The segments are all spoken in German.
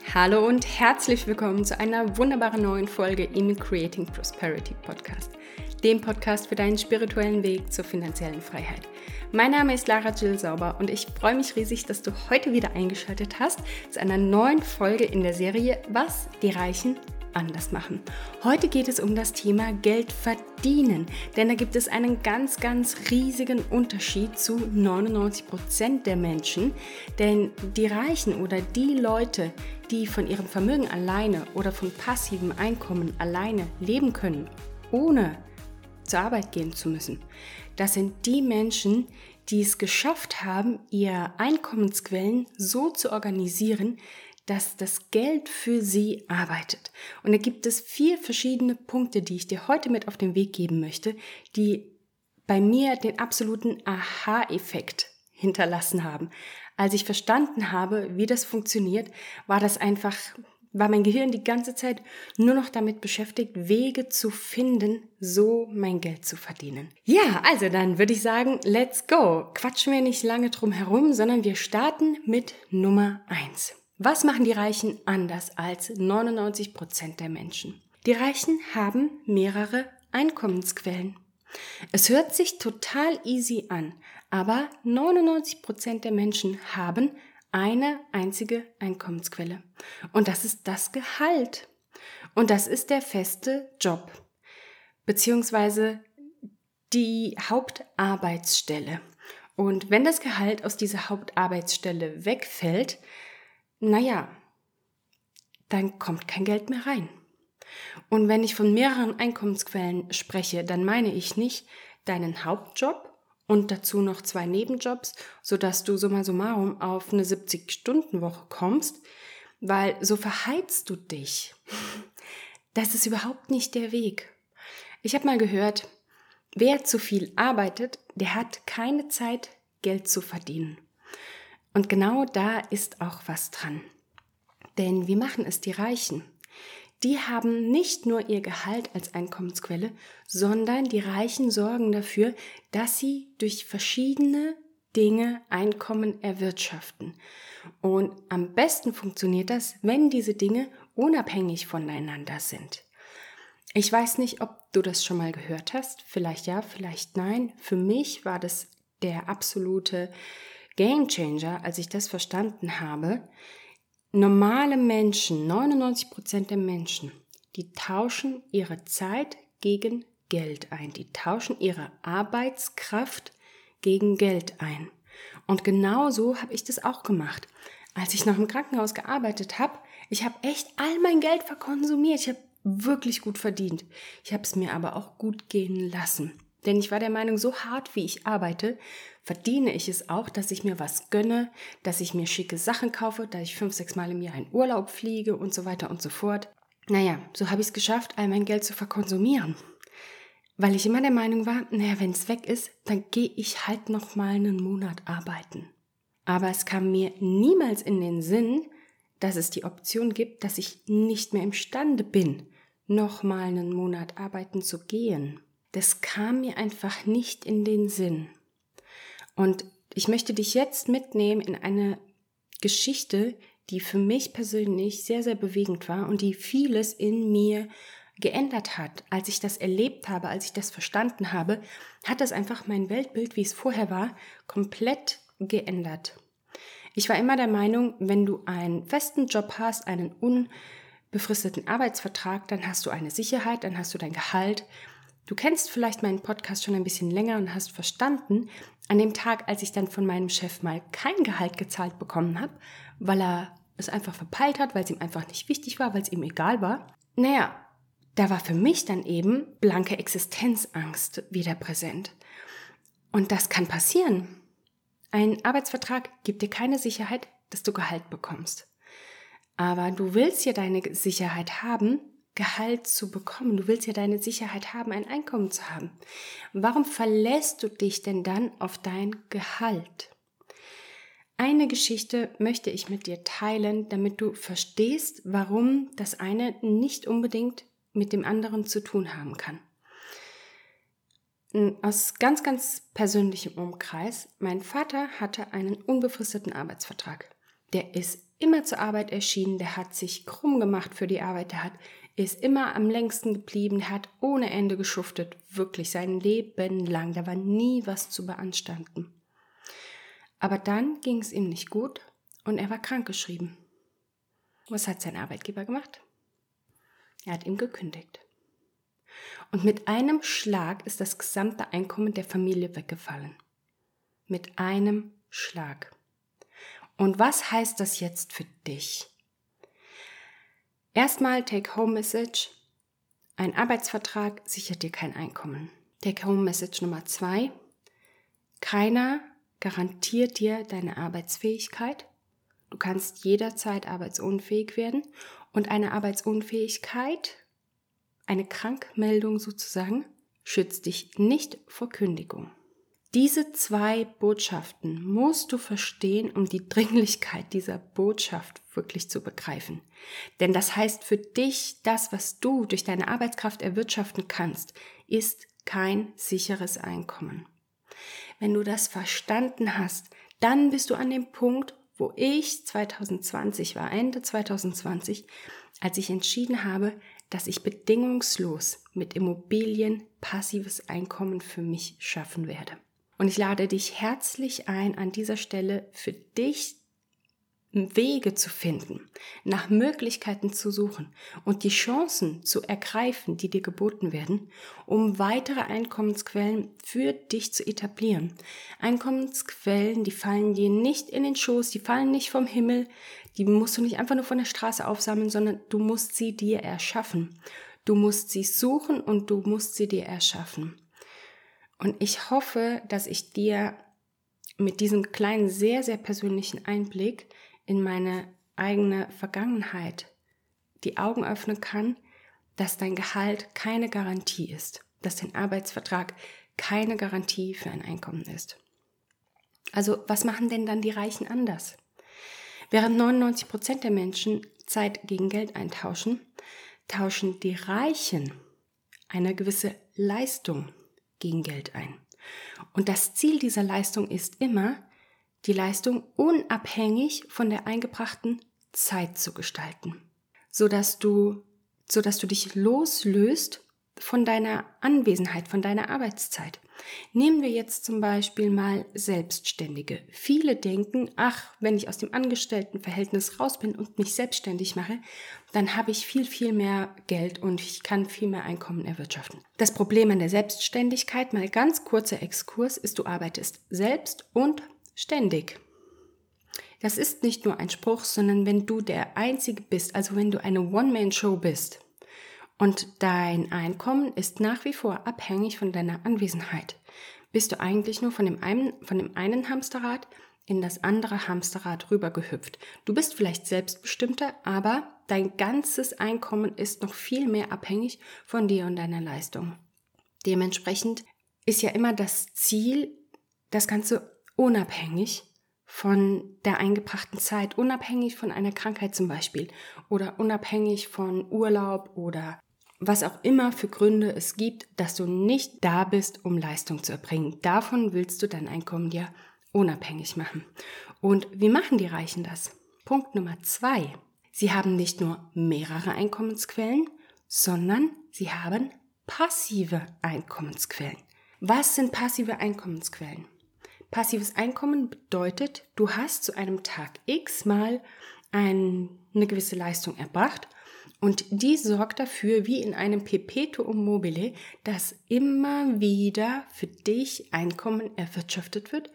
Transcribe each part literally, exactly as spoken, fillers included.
Hallo und herzlich willkommen zu einer wunderbaren neuen Folge im Creating Prosperity Podcast, dem Podcast für deinen spirituellen Weg zur finanziellen Freiheit. Mein Name ist Lara Jill Sauber und ich freue mich riesig, dass du heute wieder eingeschaltet hast zu einer neuen Folge in der Serie Was die Reichen anders machen. Heute geht es um das Thema Geld verdienen, denn da gibt es einen ganz, ganz riesigen Unterschied zu neunundneunzig Prozent der Menschen, denn die Reichen oder die Leute, die von ihrem Vermögen alleine oder von passivem Einkommen alleine leben können, ohne zur Arbeit gehen zu müssen, das sind die Menschen, die es geschafft haben, ihre Einkommensquellen so zu organisieren, dass das Geld für sie arbeitet. Und da gibt es vier verschiedene Punkte, die ich dir heute mit auf den Weg geben möchte, die bei mir den absoluten Aha-Effekt hinterlassen haben. Als ich verstanden habe, wie das funktioniert, war das einfach, war mein Gehirn die ganze Zeit nur noch damit beschäftigt, Wege zu finden, so mein Geld zu verdienen. Ja, also dann würde ich sagen, let's go. Quatschen wir nicht lange drum herum, sondern wir starten mit Nummer eins. Was machen die Reichen anders als neunundneunzig Prozent der Menschen? Die Reichen haben mehrere Einkommensquellen. Es hört sich total easy an, aber neunundneunzig Prozent der Menschen haben eine einzige Einkommensquelle. Und das ist das Gehalt. Und das ist der feste Job, beziehungsweise die Hauptarbeitsstelle. Und wenn das Gehalt aus dieser Hauptarbeitsstelle wegfällt, naja, dann kommt kein Geld mehr rein. Und wenn ich von mehreren Einkommensquellen spreche, dann meine ich nicht deinen Hauptjob und dazu noch zwei Nebenjobs, sodass du summa summarum auf eine siebzig-Stunden-Woche kommst, weil so verheizt du dich. Das ist überhaupt nicht der Weg. Ich habe mal gehört, wer zu viel arbeitet, der hat keine Zeit, Geld zu verdienen. Und genau da ist auch was dran. Denn wie machen es die Reichen? Die haben nicht nur ihr Gehalt als Einkommensquelle, sondern die Reichen sorgen dafür, dass sie durch verschiedene Dinge Einkommen erwirtschaften. Und am besten funktioniert das, wenn diese Dinge unabhängig voneinander sind. Ich weiß nicht, ob du das schon mal gehört hast. Vielleicht ja, vielleicht nein. Für mich war das der absolute Gamechanger, als ich das verstanden habe. Normale Menschen, neunundneunzig Prozent der Menschen, die tauschen ihre Zeit gegen Geld ein. Die tauschen ihre Arbeitskraft gegen Geld ein. Und genau so habe ich das auch gemacht. Als ich noch im Krankenhaus gearbeitet habe, ich habe echt all mein Geld verkonsumiert. Ich habe wirklich gut verdient. Ich habe es mir aber auch gut gehen lassen. Denn ich war der Meinung, so hart wie ich arbeite, verdiene ich es auch, dass ich mir was gönne, dass ich mir schicke Sachen kaufe, dass ich fünf, sechs Mal im Jahr in Urlaub fliege und so weiter und so fort. Naja, so habe ich es geschafft, all mein Geld zu verkonsumieren. Weil ich immer der Meinung war, naja, wenn es weg ist, dann gehe ich halt noch mal einen Monat arbeiten. Aber es kam mir niemals in den Sinn, dass es die Option gibt, dass ich nicht mehr imstande bin, noch mal einen Monat arbeiten zu gehen. Das kam mir einfach nicht in den Sinn. Und ich möchte dich jetzt mitnehmen in eine Geschichte, die für mich persönlich sehr, sehr bewegend war und die vieles in mir geändert hat. Als ich das erlebt habe, als ich das verstanden habe, hat das einfach mein Weltbild, wie es vorher war, komplett geändert. Ich war immer der Meinung, wenn du einen festen Job hast, einen unbefristeten Arbeitsvertrag, dann hast du eine Sicherheit, dann hast du dein Gehalt. Du kennst vielleicht meinen Podcast schon ein bisschen länger und hast verstanden, an dem Tag, als ich dann von meinem Chef mal kein Gehalt gezahlt bekommen habe, weil er es einfach verpeilt hat, weil es ihm einfach nicht wichtig war, weil es ihm egal war. Naja, da war für mich dann eben blanke Existenzangst wieder präsent. Und das kann passieren. Ein Arbeitsvertrag gibt dir keine Sicherheit, dass du Gehalt bekommst. Aber du willst ja deine Sicherheit haben, Gehalt zu bekommen. Du willst ja deine Sicherheit haben, ein Einkommen zu haben. Warum verlässt du dich denn dann auf dein Gehalt? Eine Geschichte möchte ich mit dir teilen, damit du verstehst, warum das eine nicht unbedingt mit dem anderen zu tun haben kann. Aus ganz, ganz persönlichem Umkreis. Mein Vater hatte einen unbefristeten Arbeitsvertrag. der ist immer zur Arbeit erschienen, der hat sich krumm gemacht für die Arbeit, der hat, ist immer am längsten geblieben, der hat ohne Ende geschuftet, wirklich sein Leben lang, da war nie was zu beanstanden. Aber dann ging es ihm nicht gut und er war krankgeschrieben. Was hat sein Arbeitgeber gemacht? Er hat ihm gekündigt. Und mit einem Schlag ist das gesamte Einkommen der Familie weggefallen. Mit einem Schlag. Und was heißt das jetzt für dich? Erstmal Take-Home-Message. Ein Arbeitsvertrag sichert dir kein Einkommen. Take-Home-Message Nummer zwei. Keiner garantiert dir deine Arbeitsfähigkeit. Du kannst jederzeit arbeitsunfähig werden. Und eine Arbeitsunfähigkeit, eine Krankmeldung sozusagen, schützt dich nicht vor Kündigung. Diese zwei Botschaften musst du verstehen, um die Dringlichkeit dieser Botschaft wirklich zu begreifen. Denn das heißt für dich, das, was du durch deine Arbeitskraft erwirtschaften kannst, ist kein sicheres Einkommen. Wenn du das verstanden hast, dann bist du an dem Punkt, wo ich zwanzig zwanzig war, Ende zwanzig zwanzig, als ich entschieden habe, dass ich bedingungslos mit Immobilien passives Einkommen für mich schaffen werde. Und ich lade dich herzlich ein, an dieser Stelle für dich Wege zu finden, nach Möglichkeiten zu suchen und die Chancen zu ergreifen, die dir geboten werden, um weitere Einkommensquellen für dich zu etablieren. Einkommensquellen, die fallen dir nicht in den Schoß, die fallen nicht vom Himmel, die musst du nicht einfach nur von der Straße aufsammeln, sondern du musst sie dir erschaffen. Du musst sie suchen und du musst sie dir erschaffen. Und ich hoffe, dass ich dir mit diesem kleinen, sehr, sehr persönlichen Einblick in meine eigene Vergangenheit die Augen öffnen kann, dass dein Gehalt keine Garantie ist, dass dein Arbeitsvertrag keine Garantie für ein Einkommen ist. Also was machen denn dann die Reichen anders? Während neunundneunzig Prozent der Menschen Zeit gegen Geld eintauschen, tauschen die Reichen eine gewisse Leistung gegen Geld ein. Und das Ziel dieser Leistung ist immer, die Leistung unabhängig von der eingebrachten Zeit zu gestalten, sodass du, sodass du dich loslöst von deiner Anwesenheit, von deiner Arbeitszeit. Nehmen wir jetzt zum Beispiel mal Selbstständige. Viele denken, ach, wenn ich aus dem Angestelltenverhältnis raus bin und mich selbstständig mache, dann habe ich viel, viel mehr Geld und ich kann viel mehr Einkommen erwirtschaften. Das Problem an der Selbstständigkeit, mal ganz kurzer Exkurs, ist, du arbeitest selbst und ständig. Das ist nicht nur ein Spruch, sondern wenn du der Einzige bist, also wenn du eine One-Man-Show bist und dein Einkommen ist nach wie vor abhängig von deiner Anwesenheit, bist du eigentlich nur von dem einen, von dem einen Hamsterrad in das andere Hamsterrad rübergehüpft. Du bist vielleicht selbstbestimmter, aber dein ganzes Einkommen ist noch viel mehr abhängig von dir und deiner Leistung. Dementsprechend ist ja immer das Ziel, das Ganze unabhängig von der eingebrachten Zeit, unabhängig von einer Krankheit zum Beispiel oder unabhängig von Urlaub oder was auch immer für Gründe es gibt, dass du nicht da bist, um Leistung zu erbringen. Davon willst du dein Einkommen ja unabhängig machen. Und wie machen die Reichen das? Punkt Nummer zwei. Sie haben nicht nur mehrere Einkommensquellen, sondern sie haben passive Einkommensquellen. Was sind passive Einkommensquellen? Passives Einkommen bedeutet, du hast zu einem Tag X mal ein, eine gewisse Leistung erbracht und die sorgt dafür, wie in einem Perpetuum mobile, dass immer wieder für dich Einkommen erwirtschaftet wird,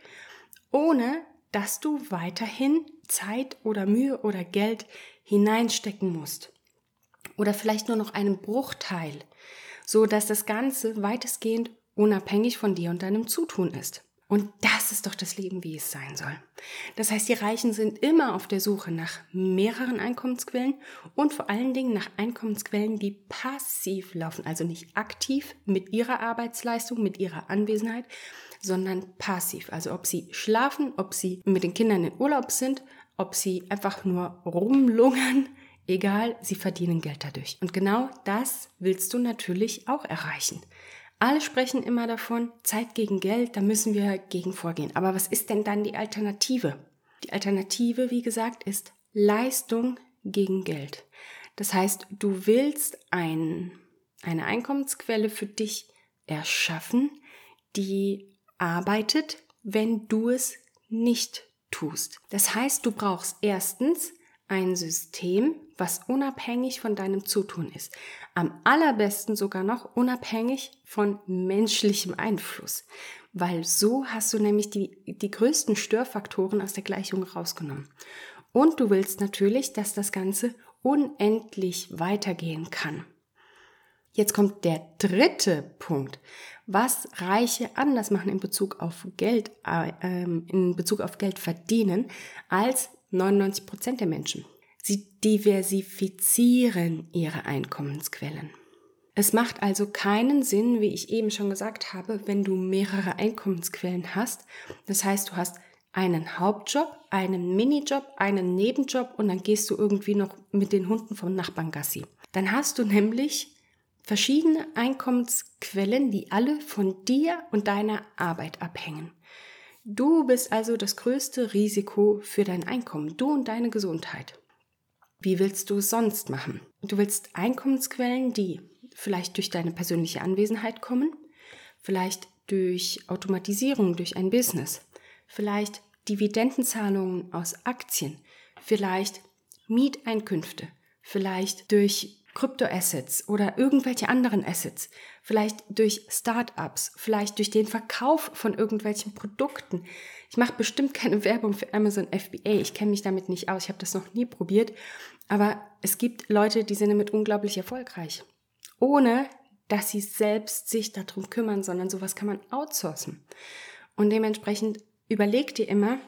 ohne dass du weiterhin Zeit oder Mühe oder Geld hineinstecken musst. Oder vielleicht nur noch einen Bruchteil, so dass das Ganze weitestgehend unabhängig von dir und deinem Zutun ist. Und das ist doch das Leben, wie es sein soll. Das heißt, die Reichen sind immer auf der Suche nach mehreren Einkommensquellen und vor allen Dingen nach Einkommensquellen, die passiv laufen, also nicht aktiv mit ihrer Arbeitsleistung, mit ihrer Anwesenheit, sondern passiv. Also ob sie schlafen, ob sie mit den Kindern in Urlaub sind, ob sie einfach nur rumlungern, egal, sie verdienen Geld dadurch. Und genau das willst du natürlich auch erreichen. Alle sprechen immer davon, Zeit gegen Geld, da müssen wir gegen vorgehen. Aber was ist denn dann die Alternative? Die Alternative, wie gesagt, ist Leistung gegen Geld. Das heißt, du willst ein, eine Einkommensquelle für dich erschaffen, die arbeitet, wenn du es nicht tust. Das heißt, du brauchst erstens ein System, was unabhängig von deinem Zutun ist. Am allerbesten sogar noch unabhängig von menschlichem Einfluss, weil so hast du nämlich die, die größten Störfaktoren aus der Gleichung rausgenommen. Und du willst natürlich, dass das Ganze unendlich weitergehen kann. Jetzt kommt der dritte Punkt, was Reiche anders machen in Bezug auf Geld, äh, in Bezug auf Geld verdienen als neunundneunzig Prozent der Menschen. Sie diversifizieren ihre Einkommensquellen. Es macht also keinen Sinn, wie ich eben schon gesagt habe, wenn du mehrere Einkommensquellen hast. Das heißt, du hast einen Hauptjob, einen Minijob, einen Nebenjob und dann gehst du irgendwie noch mit den Hunden vom Nachbarn Gassi. Dann hast du nämlich verschiedene Einkommensquellen, die alle von dir und deiner Arbeit abhängen. Du bist also das größte Risiko für dein Einkommen, du und deine Gesundheit. Wie willst du es sonst machen? Du willst Einkommensquellen, die vielleicht durch deine persönliche Anwesenheit kommen, vielleicht durch Automatisierung, durch ein Business, vielleicht Dividendenzahlungen aus Aktien, vielleicht Mieteinkünfte, vielleicht durch Kryptoassets oder irgendwelche anderen Assets, vielleicht durch Startups, vielleicht durch den Verkauf von irgendwelchen Produkten. Ich mache bestimmt keine Werbung für Amazon F B A, ich kenne mich damit nicht aus, ich habe das noch nie probiert, aber es gibt Leute, die sind damit unglaublich erfolgreich, ohne dass sie selbst sich darum kümmern, sondern sowas kann man outsourcen. Und dementsprechend überleg dir immer,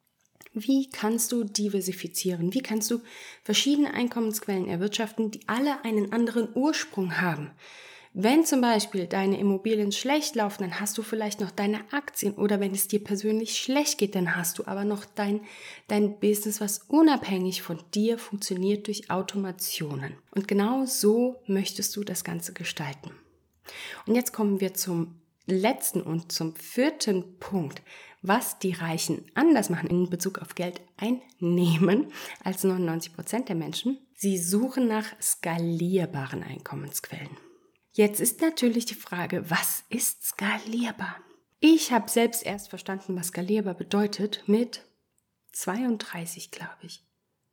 wie kannst du diversifizieren? Wie kannst du verschiedene Einkommensquellen erwirtschaften, die alle einen anderen Ursprung haben? Wenn zum Beispiel deine Immobilien schlecht laufen, dann hast du vielleicht noch deine Aktien oder wenn es dir persönlich schlecht geht, dann hast du aber noch dein, dein Business, was unabhängig von dir funktioniert durch Automationen. Und genau so möchtest du das Ganze gestalten. Und jetzt kommen wir zum letzten und zum vierten Punkt, was die Reichen anders machen in Bezug auf Geld einnehmen als neunundneunzig Prozent der Menschen. Sie suchen nach skalierbaren Einkommensquellen. Jetzt ist natürlich die Frage, was ist skalierbar? Ich habe selbst erst verstanden, was skalierbar bedeutet mit zweiunddreißig, glaube ich.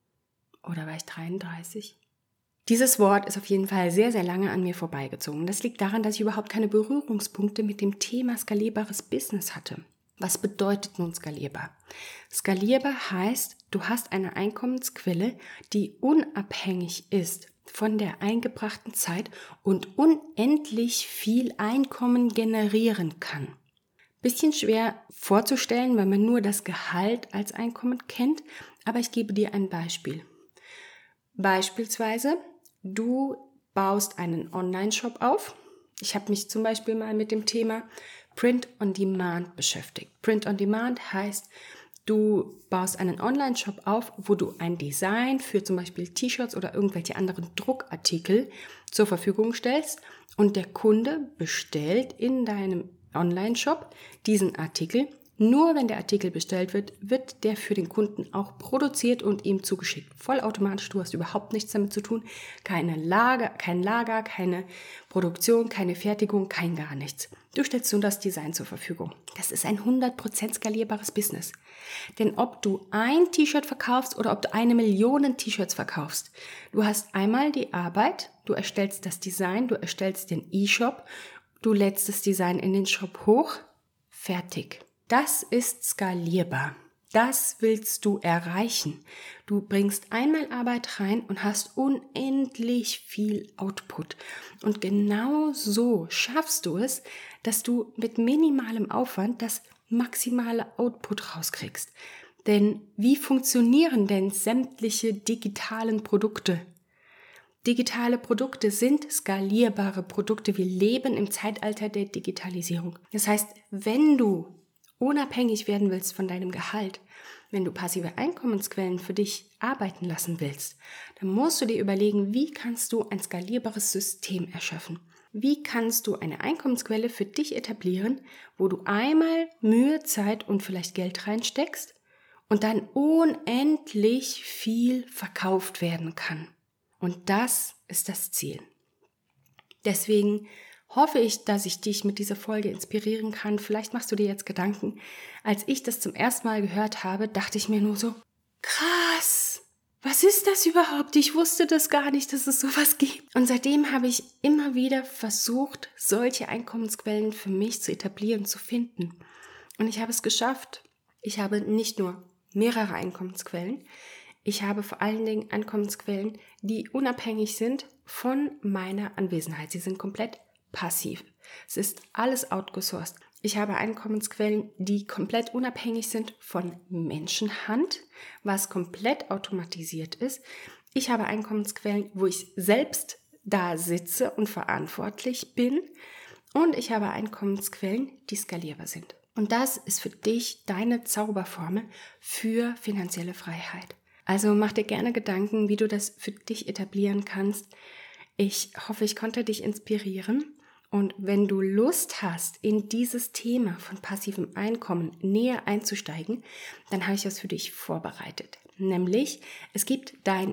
Oder war ich dreiunddreißig? Dieses Wort ist auf jeden Fall sehr, sehr lange an mir vorbeigezogen. Das liegt daran, dass ich überhaupt keine Berührungspunkte mit dem Thema skalierbares Business hatte. Was bedeutet nun skalierbar? Skalierbar heißt, du hast eine Einkommensquelle, die unabhängig ist von der eingebrachten Zeit und unendlich viel Einkommen generieren kann. Bisschen schwer vorzustellen, weil man nur das Gehalt als Einkommen kennt, aber ich gebe dir ein Beispiel. Beispielsweise, du baust einen Online-Shop auf. Ich habe mich zum Beispiel mal mit dem Thema Print on Demand beschäftigt. Print on Demand heißt, du baust einen Online-Shop auf, wo du ein Design für zum Beispiel T-Shirts oder irgendwelche anderen Druckartikel zur Verfügung stellst und der Kunde bestellt in deinem Online-Shop diesen Artikel. Nur wenn der Artikel bestellt wird, wird der für den Kunden auch produziert und ihm zugeschickt. Vollautomatisch, du hast überhaupt nichts damit zu tun. Keine Lager, kein Lager, keine Produktion, keine Fertigung, kein gar nichts. Du stellst nur das Design zur Verfügung. Das ist ein hundert Prozent skalierbares Business. Denn ob du ein T-Shirt verkaufst oder ob du eine Million T-Shirts verkaufst, du hast einmal die Arbeit, du erstellst das Design, du erstellst den E-Shop, du lädst das Design in den Shop hoch, fertig. Das ist skalierbar. Das willst du erreichen. Du bringst einmal Arbeit rein und hast unendlich viel Output. Und genau so schaffst du es, dass du mit minimalem Aufwand das maximale Output rauskriegst. Denn wie funktionieren denn sämtliche digitalen Produkte? Digitale Produkte sind skalierbare Produkte. Wir leben im Zeitalter der Digitalisierung. Das heißt, wenn du unabhängig werden willst von deinem Gehalt, wenn du passive Einkommensquellen für dich arbeiten lassen willst, dann musst du dir überlegen, wie kannst du ein skalierbares System erschaffen? Wie kannst du eine Einkommensquelle für dich etablieren, wo du einmal Mühe, Zeit und vielleicht Geld reinsteckst und dann unendlich viel verkauft werden kann. Und das ist das Ziel. Deswegen hoffe ich, dass ich dich mit dieser Folge inspirieren kann. Vielleicht machst du dir jetzt Gedanken. Als ich das zum ersten Mal gehört habe, dachte ich mir nur so, krass, was ist das überhaupt? Ich wusste das gar nicht, dass es sowas gibt. Und seitdem habe ich immer wieder versucht, solche Einkommensquellen für mich zu etablieren, zu finden. Und ich habe es geschafft. Ich habe nicht nur mehrere Einkommensquellen, ich habe vor allen Dingen Einkommensquellen, die unabhängig sind von meiner Anwesenheit. Sie sind komplett passiv. Es ist alles outgesourced. Ich habe Einkommensquellen, die komplett unabhängig sind von Menschenhand, was komplett automatisiert ist. Ich habe Einkommensquellen, wo ich selbst da sitze und verantwortlich bin. Und ich habe Einkommensquellen, die skalierbar sind. Und das ist für dich deine Zauberformel für finanzielle Freiheit. Also mach dir gerne Gedanken, wie du das für dich etablieren kannst. Ich hoffe, ich konnte dich inspirieren. Und wenn du Lust hast, in dieses Thema von passivem Einkommen näher einzusteigen, dann habe ich was für dich vorbereitet. Nämlich, es gibt dein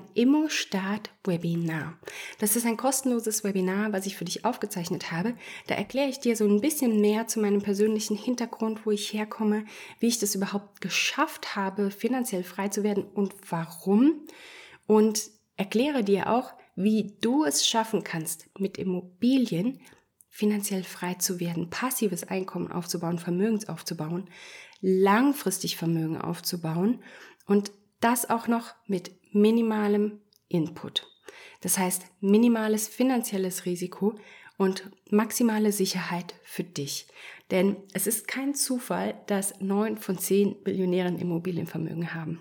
Immo-Start-Webinar. Das ist ein kostenloses Webinar, was ich für dich aufgezeichnet habe. Da erkläre ich dir so ein bisschen mehr zu meinem persönlichen Hintergrund, wo ich herkomme, wie ich das überhaupt geschafft habe, finanziell frei zu werden und warum. Und erkläre dir auch, wie du es schaffen kannst, mit Immobilien finanziell frei zu werden, passives Einkommen aufzubauen, Vermögens aufzubauen, langfristig Vermögen aufzubauen und das auch noch mit minimalem Input. Das heißt, minimales finanzielles Risiko und maximale Sicherheit für dich. Denn es ist kein Zufall, dass neun von zehn Billionären Immobilienvermögen haben.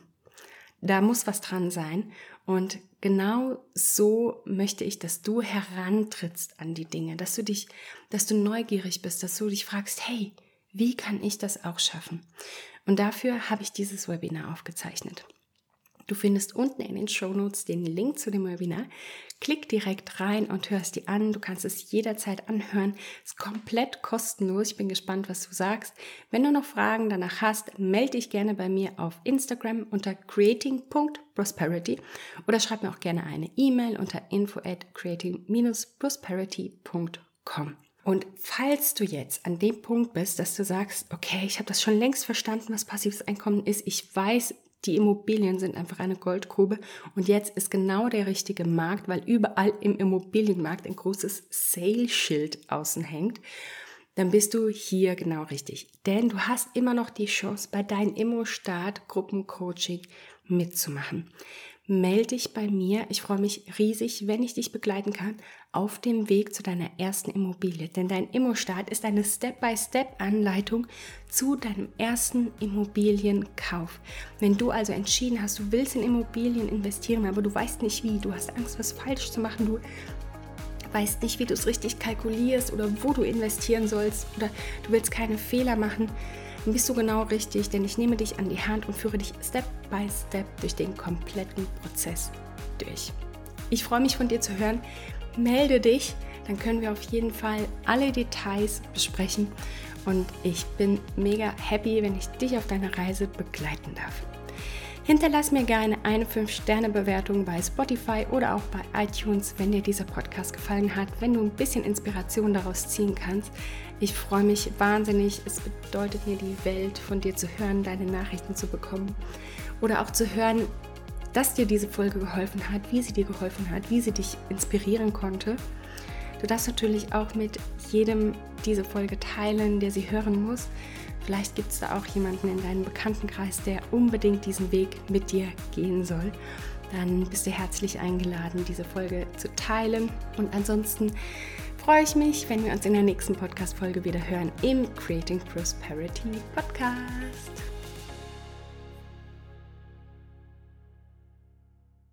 Da muss was dran sein und genau so möchte ich, dass du herantrittst an die Dinge, dass du dich, dass du neugierig bist, dass du dich fragst, hey, wie kann ich das auch schaffen? Und dafür habe ich dieses Webinar aufgezeichnet. Du findest unten in den Shownotes den Link zu dem Webinar. Klick direkt rein und hörst dir an. Du kannst es jederzeit anhören. Es ist komplett kostenlos. Ich bin gespannt, was du sagst. Wenn du noch Fragen danach hast, melde dich gerne bei mir auf Instagram unter creating punkt prosperity oder schreib mir auch gerne eine E-Mail unter info at creating dash prosperity punkt com. Und falls du jetzt an dem Punkt bist, dass du sagst, okay, ich habe das schon längst verstanden, was passives Einkommen ist, ich weiß, die Immobilien sind einfach eine Goldgrube und jetzt ist genau der richtige Markt, weil überall im Immobilienmarkt ein großes Sale-Schild außen hängt, dann bist du hier genau richtig. Denn du hast immer noch die Chance, bei deinem Immo-Start-Gruppencoaching mitzumachen. Melde dich bei mir. Ich freue mich riesig, wenn ich dich begleiten kann auf dem Weg zu deiner ersten Immobilie. Denn dein Immo-Start ist eine Step-by-Step-Anleitung zu deinem ersten Immobilienkauf. Wenn du also entschieden hast, du willst in Immobilien investieren, aber du weißt nicht wie, du hast Angst, was falsch zu machen, du weißt nicht, wie du es richtig kalkulierst oder wo du investieren sollst oder du willst keine Fehler machen, dann bist du genau richtig, denn ich nehme dich an die Hand und führe dich Step by Step durch den kompletten Prozess durch. Ich freue mich, von dir zu hören. Melde dich, dann können wir auf jeden Fall alle Details besprechen und ich bin mega happy, wenn ich dich auf deiner Reise begleiten darf. Hinterlass mir gerne eine fünf Sterne Bewertung bei Spotify oder auch bei iTunes, wenn dir dieser Podcast gefallen hat, wenn du ein bisschen Inspiration daraus ziehen kannst. Ich freue mich wahnsinnig. Es bedeutet mir die Welt, von dir zu hören, deine Nachrichten zu bekommen oder auch zu hören, dass dir diese Folge geholfen hat, wie sie dir geholfen hat, wie sie dich inspirieren konnte. Du darfst natürlich auch mit jedem diese Folge teilen, der sie hören muss. Vielleicht gibt es da auch jemanden in deinem Bekanntenkreis, der unbedingt diesen Weg mit dir gehen soll. Dann bist du herzlich eingeladen, diese Folge zu teilen. Und ansonsten freue ich mich, wenn wir uns in der nächsten Podcast-Folge wieder hören im Creating Prosperity Podcast.